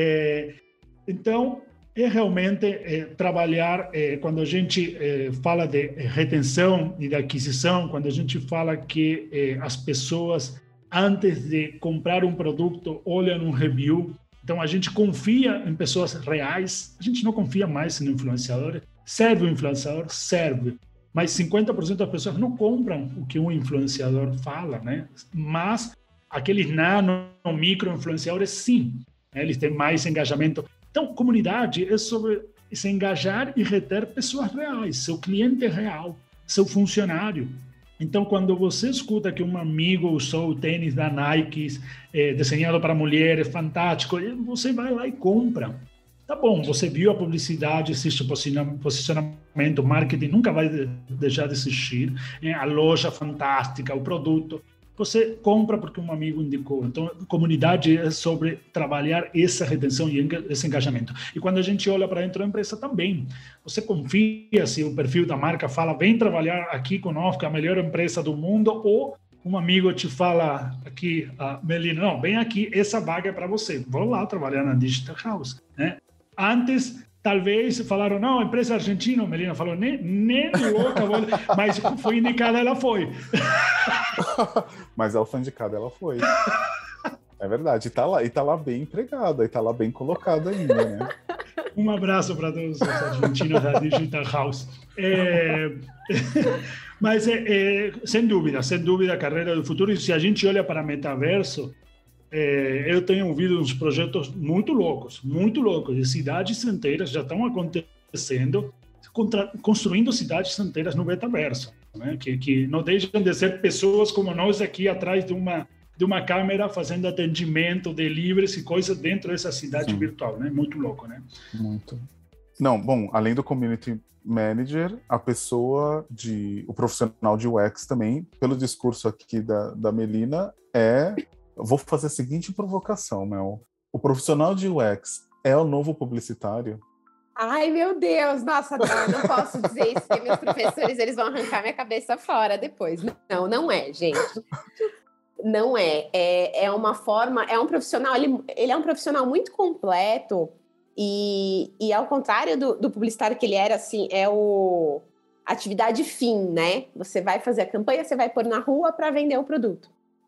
Então, realmente trabalhar, quando a gente fala de retenção e de aquisição, quando a gente fala que as pessoas, antes de comprar um produto, olham um review. Então, a gente confia em pessoas reais, a gente não confia mais em influenciadores. Serve o influenciador? Serve. Mas 50% das pessoas não compram o que um influenciador fala, né? Mas aqueles nano, micro influenciadores, sim, né? Eles têm mais engajamento. Então, comunidade é sobre se engajar e reter pessoas reais, seu cliente real, seu funcionário. Então, quando você escuta que um amigo usou o tênis da Nike, desenhado para mulheres, fantástico, você vai lá e compra. Tá bom, você viu a publicidade, existe posicionamento, marketing nunca vai deixar de existir, a loja fantástica, o produto. Você compra porque um amigo indicou. Então, comunidade é sobre trabalhar essa retenção e esse engajamento. E quando a gente olha para dentro da empresa também, você confia se o perfil da marca fala, vem trabalhar aqui conosco, a melhor empresa do mundo, ou um amigo te fala aqui, Melina, não, vem aqui, essa vaga é para você. Vou lá trabalhar na Digital House, né? Antes, talvez falaram, não, a empresa argentina, a Melina falou, nem louca, mas foi indicada, ela foi. Mas ela foi indicada, ela foi. É verdade, e tá lá bem empregada, e tá lá bem colocada ainda, né? Um abraço para todos os argentinos da Digital House. Mas, sem dúvida, a carreira do futuro, e se a gente olha para metaverso, eu tenho ouvido uns projetos muito loucos, de cidades inteiras já estão acontecendo, construindo cidades inteiras no metaverso, né? Que não deixam de ser pessoas como nós aqui atrás de uma câmera fazendo atendimento, deliveries e coisas dentro dessa cidade virtual, né? Muito louco, né? Muito. Não, bom, além do community manager, o profissional de UX também, pelo discurso aqui da Melina, vou fazer a seguinte provocação, Mel. O profissional de UX é o novo publicitário? Ai, meu Deus! Nossa, não posso dizer isso, porque meus professores eles vão arrancar minha cabeça fora depois. Não é, gente. Não é. É uma forma... É um profissional... Ele é um profissional muito completo e ao contrário do publicitário que ele era, assim, atividade fim, né? Você vai fazer a campanha, você vai pôr na rua para vender o produto.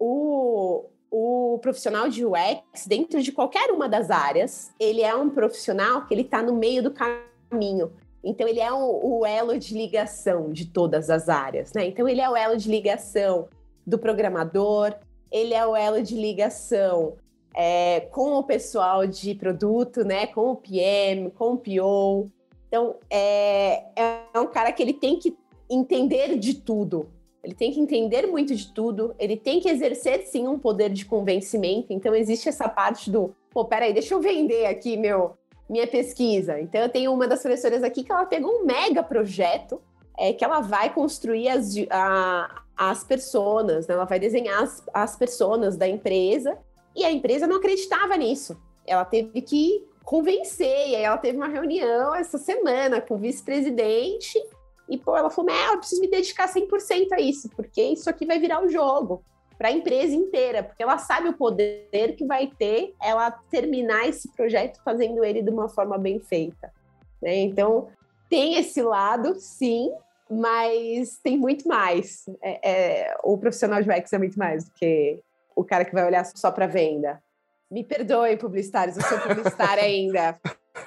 O profissional de UX, dentro de qualquer uma das áreas, ele é um profissional que ele está no meio do caminho. Então, ele é o elo de ligação de todas as áreas, né? Então, ele é o elo de ligação do programador, ele é o elo de ligação com o pessoal de produto, né? Com o PM, com o PO. Então, é um cara que ele tem que entender de tudo. Ele tem que entender muito de tudo, ele tem que exercer, sim, um poder de convencimento. Então, existe essa parte peraí, deixa eu vender aqui minha pesquisa. Então, eu tenho uma das professoras aqui que ela pegou um mega projeto que ela vai construir as personas, né? Ela vai desenhar as personas da empresa e a empresa não acreditava nisso. Ela teve que convencer, e aí ela teve uma reunião essa semana com o vice-presidente. E, ela falou, eu preciso me dedicar 100% a isso, porque isso aqui vai virar o jogo para a empresa inteira, porque ela sabe o poder que vai ter ela terminar esse projeto fazendo ele de uma forma bem feita, né? Então, tem esse lado, sim, mas tem muito mais. O profissional de UX é muito mais do que o cara que vai olhar só para venda. Me perdoem, publicitários, eu sou publicitária ainda.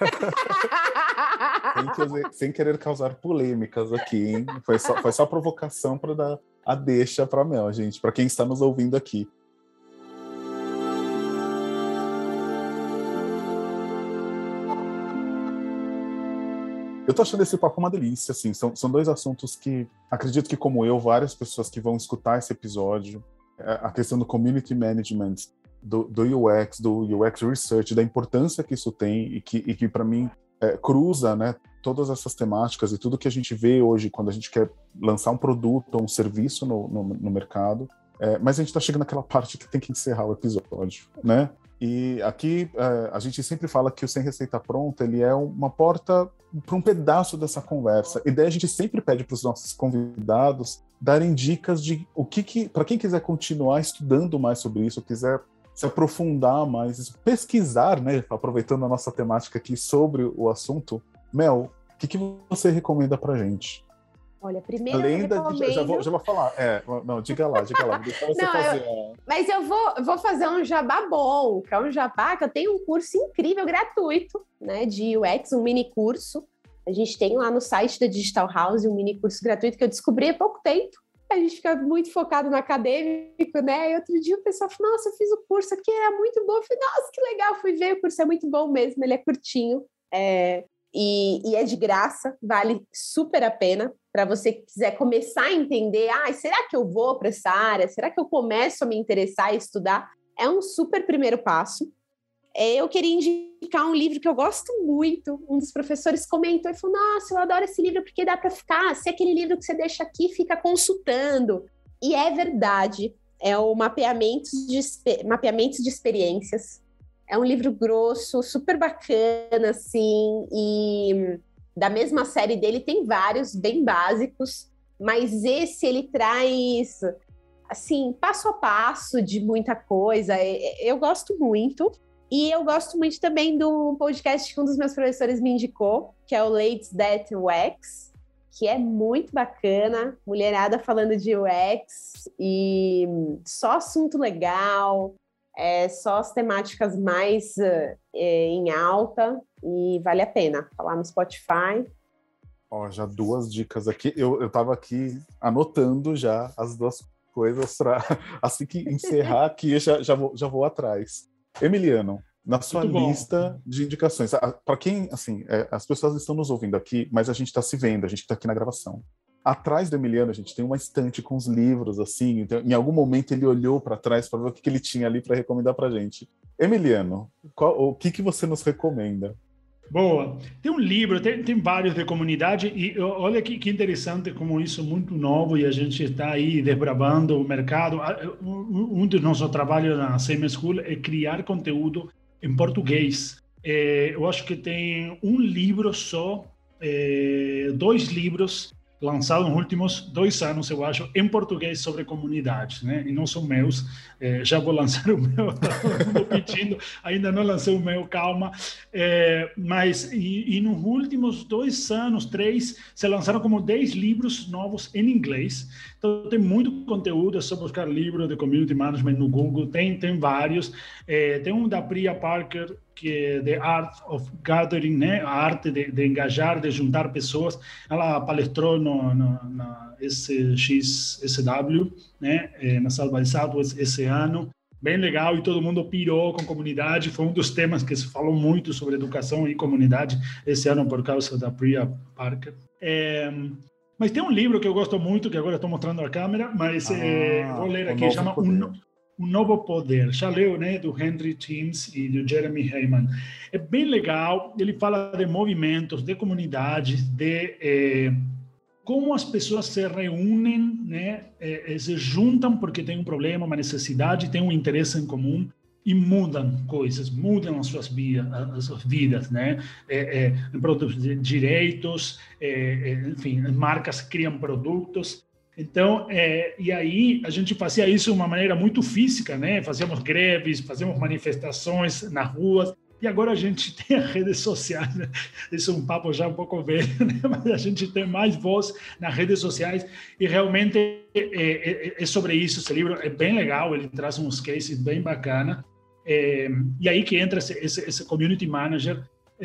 Sem querer causar polêmicas aqui, hein? Foi só provocação para dar a deixa para Mel, gente, para quem está nos ouvindo aqui. Eu tô achando esse papo uma delícia, assim, são dois assuntos que acredito que, como eu, várias pessoas que vão escutar esse episódio, a questão do community management, do UX, do UX Research, da importância que isso tem e que para mim, cruza, né, todas essas temáticas e tudo que a gente vê hoje quando a gente quer lançar um produto ou um serviço no mercado. Mas a gente está chegando naquela parte que tem que encerrar o episódio, né? E aqui a gente sempre fala que o Sem Receita Pronta ele é uma porta para um pedaço dessa conversa. E daí a gente sempre pede para os nossos convidados darem dicas de para quem quiser continuar estudando mais sobre isso, quiser se aprofundar mais, pesquisar, né? Aproveitando a nossa temática aqui sobre o assunto. Mel, o que você recomenda pra gente? Olha, primeiro além eu recomendo... Já vou falar. Não, diga lá. Deixa você fazer. Mas eu vou fazer um jabá bom, que é um jabá que eu tenho um curso incrível, gratuito, né, de UX, um mini curso. A gente tem lá no site da Digital House um mini curso gratuito que eu descobri há pouco tempo. A gente fica muito focado no acadêmico, né? E outro dia o pessoal falou, nossa, eu fiz o curso aqui, era muito bom. Eu falei, nossa, que legal, fui ver, o curso é muito bom mesmo, ele é curtinho. e é de graça, vale super a pena para você que quiser começar a entender, será que eu vou para essa área? Será que eu começo a me interessar e estudar? É um super primeiro passo. Eu queria indicar um livro que eu gosto muito. Um dos professores comentou e falou, nossa, eu adoro esse livro porque dá para ficar, se é aquele livro que você deixa aqui e fica consultando. E é verdade, é o Mapeamentos de Experiências. É um livro grosso, super bacana, assim, e da mesma série dele tem vários bem básicos, mas esse ele traz, assim, passo a passo de muita coisa. Eu gosto muito. E eu gosto muito também do podcast que um dos meus professores me indicou, que é o Ladies That UX, que é muito bacana, mulherada falando de UX, e só assunto legal, só as temáticas mais em alta, e vale a pena. Tá lá no Spotify. Ó, já 2 dicas aqui. Eu tava aqui anotando já as 2 coisas para assim que encerrar aqui, já vou atrás. Emiliano, na sua lista de indicações, para quem, assim, as pessoas estão nos ouvindo aqui, mas a gente está se vendo, a gente está aqui na gravação. Atrás do Emiliano, a gente tem uma estante com os livros, assim, então, em algum momento ele olhou para trás para ver o que ele tinha ali para recomendar para a gente. Emiliano, o que você nos recomenda? Boa. Tem um livro, tem vários de comunidade, e olha que interessante como isso é muito novo e a gente está aí desbravando o mercado. Um dos nossos trabalhos na CM School é criar conteúdo em português. Eu acho que tem um livro só, 2 livros lançados nos últimos 2 anos, eu acho, em português sobre comunidades, né? E não são meus, já vou lançar o meu, estou pedindo, ainda não lancei o meu, calma. Mas nos últimos 2 anos, 3, se lançaram como 10 livros novos em inglês. Então tem muito conteúdo, é só buscar livros de Community Management no Google, tem vários. Tem um da Priya Parker, que é The Art of Gathering, né? A arte de engajar, de juntar pessoas. Ela palestrou na SXSW, né? Na South by Southwest esse ano. Bem legal, e todo mundo pirou com comunidade. Foi um dos temas que se falou muito sobre educação e comunidade esse ano por causa da Priya Parker. Mas tem um livro que eu gosto muito, que agora estou mostrando a câmera, mas vou ler aqui, chama Um Novo Poder. Já leu, né, do Henry Timms e do Jeremy Heyman. É bem legal, ele fala de movimentos, de comunidades, de como as pessoas se reúnem, né, se juntam porque tem um problema, uma necessidade, tem um interesse em comum, e mudam coisas, mudam as suas vidas, né? Produtos de direitos, enfim, marcas criam produtos. Então, e aí a gente fazia isso de uma maneira muito física, né? Fazíamos greves, fazíamos manifestações nas ruas, e agora a gente tem as redes sociais, né? Isso é um papo já um pouco velho, né? Mas a gente tem mais voz nas redes sociais, e realmente é sobre isso. Esse livro é bem legal, ele traz uns cases bem bacanas. E aí que entra esse community manager,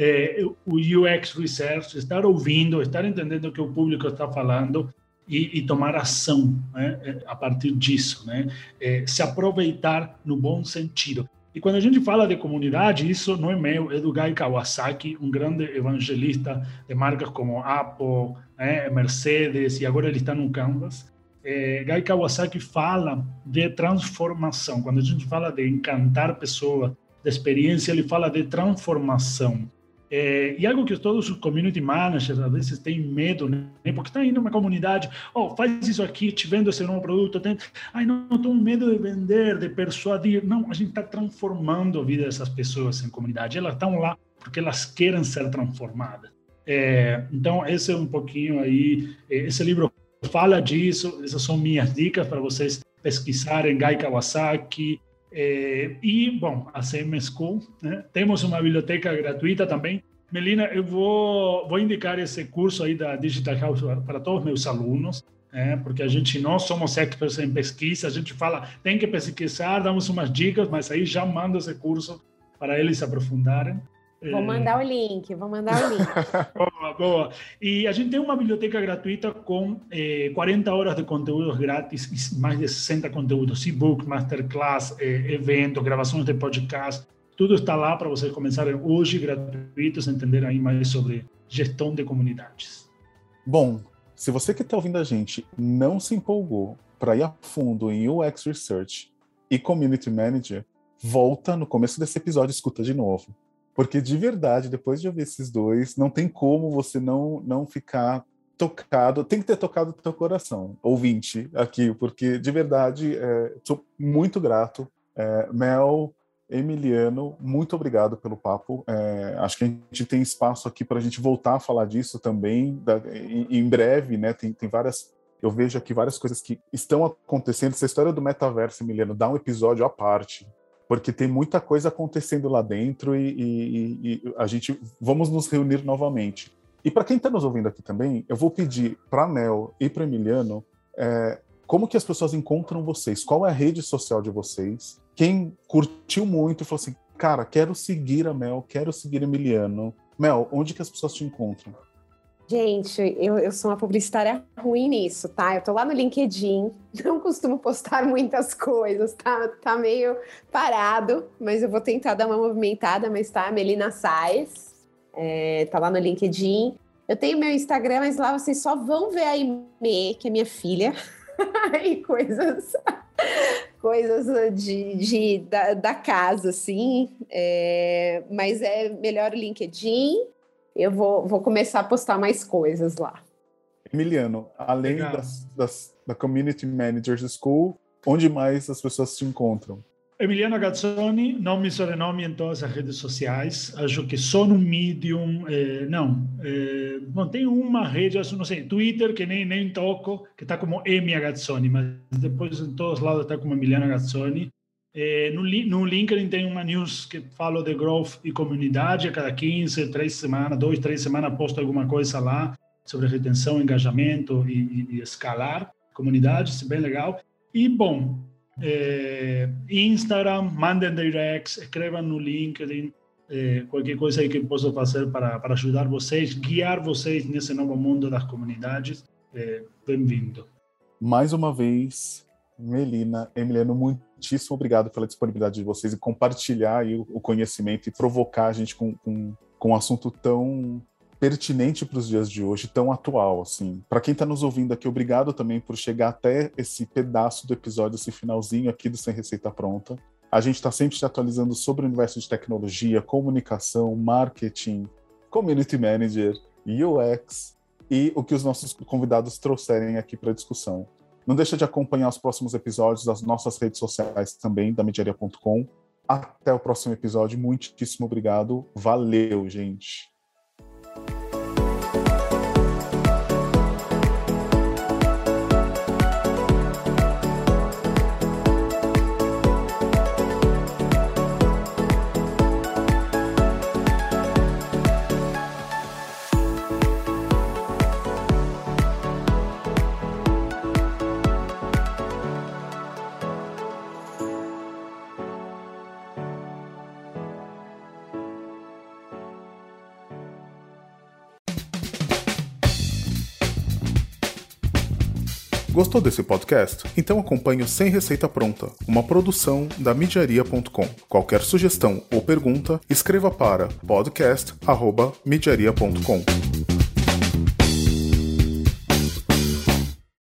o UX research, estar ouvindo, estar entendendo o que o público está falando e tomar ação, né, a partir disso, né, se aproveitar no bom sentido. E quando a gente fala de comunidade, isso não é meu, é do Guy Kawasaki, um grande evangelista de marcas como Apple, Mercedes, e agora ele está no Canvas. Guy Kawasaki fala de transformação. Quando a gente fala de encantar pessoas, de experiência, ele fala de transformação. E algo que todos os community managers às vezes têm medo, né? Porque está indo numa comunidade, faz isso aqui, te vendo esse novo produto, não estou com medo de vender, de persuadir. Não, a gente está transformando a vida dessas pessoas em comunidade. Elas estão lá porque elas querem ser transformadas. Então, esse é um pouquinho aí, esse livro fala disso. Essas são minhas dicas para vocês pesquisarem, Guy Kawasaki. E, bom, a CM School, né? Temos uma biblioteca gratuita também. Melina, eu vou indicar esse curso aí da Digital House para todos os meus alunos, porque nós somos experts em pesquisa, a gente fala, tem que pesquisar, damos umas dicas, mas aí já mando esse curso para eles aprofundarem. Vou mandar o link. Boa. E a gente tem uma biblioteca gratuita com 40 horas de conteúdos grátis, mais de 60 conteúdos, e-book, masterclass, eventos, gravações de podcast, Tudo está lá para vocês começarem hoje, gratuitos, entender aí mais sobre gestão de comunidades. Bom, se você que está ouvindo a gente não se empolgou para ir a fundo em UX Research e Community Manager, volta no começo desse episódio e escuta de novo. Porque de verdade, depois de ouvir esses dois, não tem como você não ficar tocado. Tem que ter tocado o teu coração, ouvinte, aqui, porque de verdade, sou muito grato. Mel, Emiliano, muito obrigado pelo papo. Acho que a gente tem espaço aqui para a gente voltar a falar disso também, em breve, né? Tem várias... Eu vejo aqui várias coisas que estão acontecendo. Essa história do metaverso, Emiliano, dá um episódio à parte, porque tem muita coisa acontecendo lá dentro e a gente... Vamos nos reunir novamente. E para quem está nos ouvindo aqui também, eu vou pedir para a Mel e para o Emiliano como que as pessoas encontram vocês, qual é a rede social de vocês, quem curtiu muito e falou assim, cara, quero seguir a Mel, quero seguir o Emiliano. Mel, onde que as pessoas te encontram? Gente, eu sou uma publicitária ruim nisso, tá? Eu tô lá no LinkedIn, não costumo postar muitas coisas, tá meio parado, mas eu vou tentar dar uma movimentada, mas tá, Melina Sais, tá lá no LinkedIn. Eu tenho meu Instagram, mas lá vocês só vão ver a Ime, que é minha filha, e coisas da casa, assim, mas é melhor o LinkedIn. Eu vou começar a postar mais coisas lá. Emiliano, além da Community Managers School, onde mais as pessoas te encontram? Emiliano Agazzoni, nome e sobrenome em todas as redes sociais. Acho que só no Medium, não tem uma rede, não sei, Twitter, que nem toco, que está como M Agazzoni, mas depois em todos os lados está como Emiliano Agazzoni. No LinkedIn tem uma news que falo de growth e comunidade. A cada 15, 3 semanas, posto alguma coisa lá sobre retenção, engajamento e escalar comunidades, bem legal. E, bom, Instagram, mandem directs, escrevam no LinkedIn, qualquer coisa aí que eu possa fazer para ajudar vocês, guiar vocês nesse novo mundo das comunidades. Bem-vindo. Mais uma vez, Melina, Emiliano, muitíssimo obrigado pela disponibilidade de vocês e compartilhar aí o conhecimento e provocar a gente com um assunto tão pertinente para os dias de hoje, tão atual, assim. Para quem está nos ouvindo aqui, obrigado também por chegar até esse pedaço do episódio, esse finalzinho aqui do Sem Receita Pronta. A gente está sempre te atualizando sobre o universo de tecnologia, comunicação, marketing, community manager, UX e o que os nossos convidados trouxerem aqui para a discussão. Não deixa de acompanhar os próximos episódios das nossas redes sociais também, da Mediaria.com. Até o próximo episódio. Muitíssimo obrigado. Valeu, gente. Gostou desse podcast? Então acompanhe o Sem Receita Pronta, uma produção da Mediaria.com. Qualquer sugestão ou pergunta, escreva para podcast@mediaria.com.